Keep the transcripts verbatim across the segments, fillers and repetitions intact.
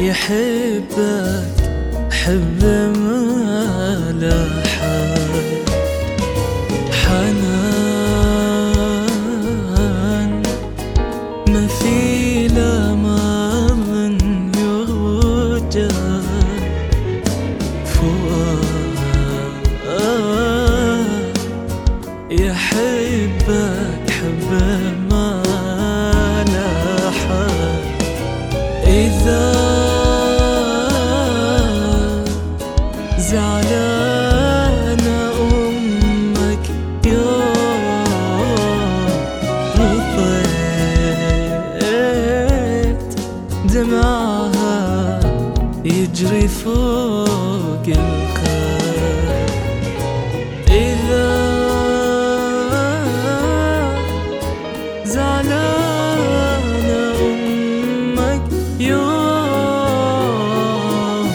يحبك حب ما له حد، حنان ما في له ماضٍ يوجد، فؤاد يحبك حب ما له حد. إذا زعلانة أمك يوم رضيت دمعها يجري فوق الخد. إذا زعلانة أمك يوم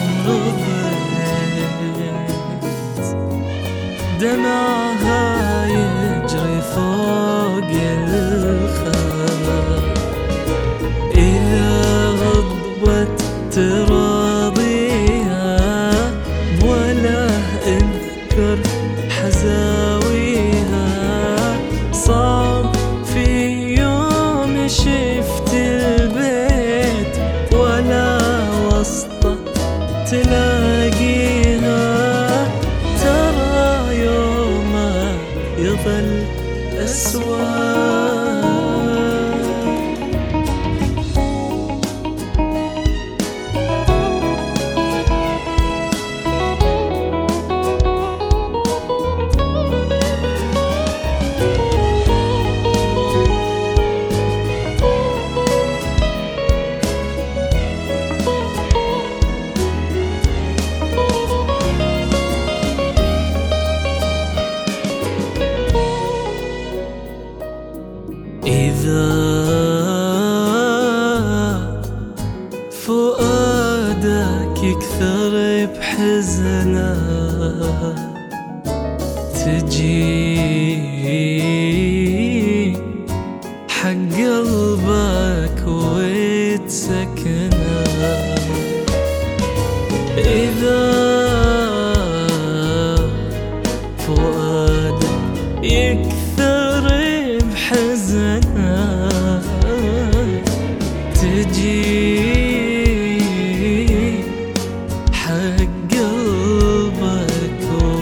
رضيت دمعها يجري فوق الخد. إذا غضبت تراضيها ولا اذكر حزاويها، صعب في يوم شفت البيت ولا وسطه تلاقيها، ترى يومك يظل أسود. إذا فؤادك يكثر بحزنه، تجي حق قلبك وتسكنه. إذا فؤادك يكثر بحزنه، تجي حق قلبك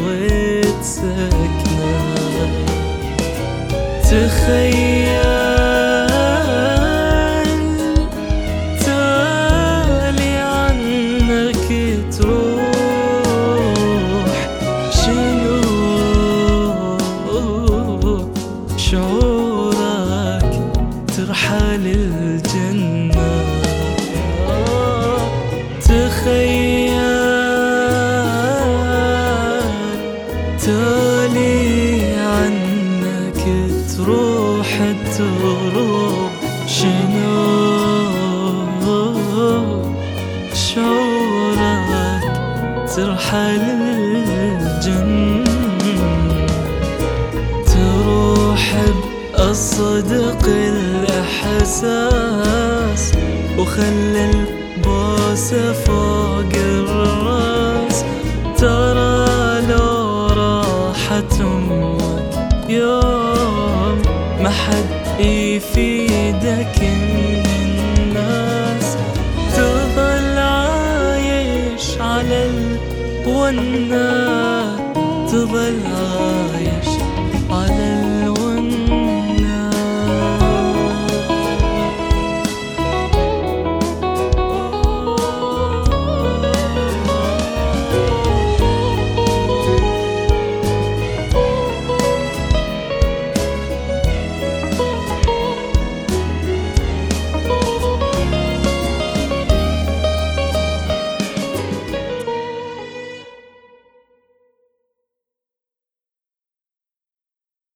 وتسكنه. تخيل تالي عنك تروح، شنو شعورك ترحل الجنة. تخيل تالي عنك تروح تروح، شنو شعورك ترحل الجنة. تروح بأصدق الإحساس وخلي البوسة فوق الراس، ترى لو راحت أمك يوم ما حد يفيدك من الناس، تظل عايش على الونة، تظل عايش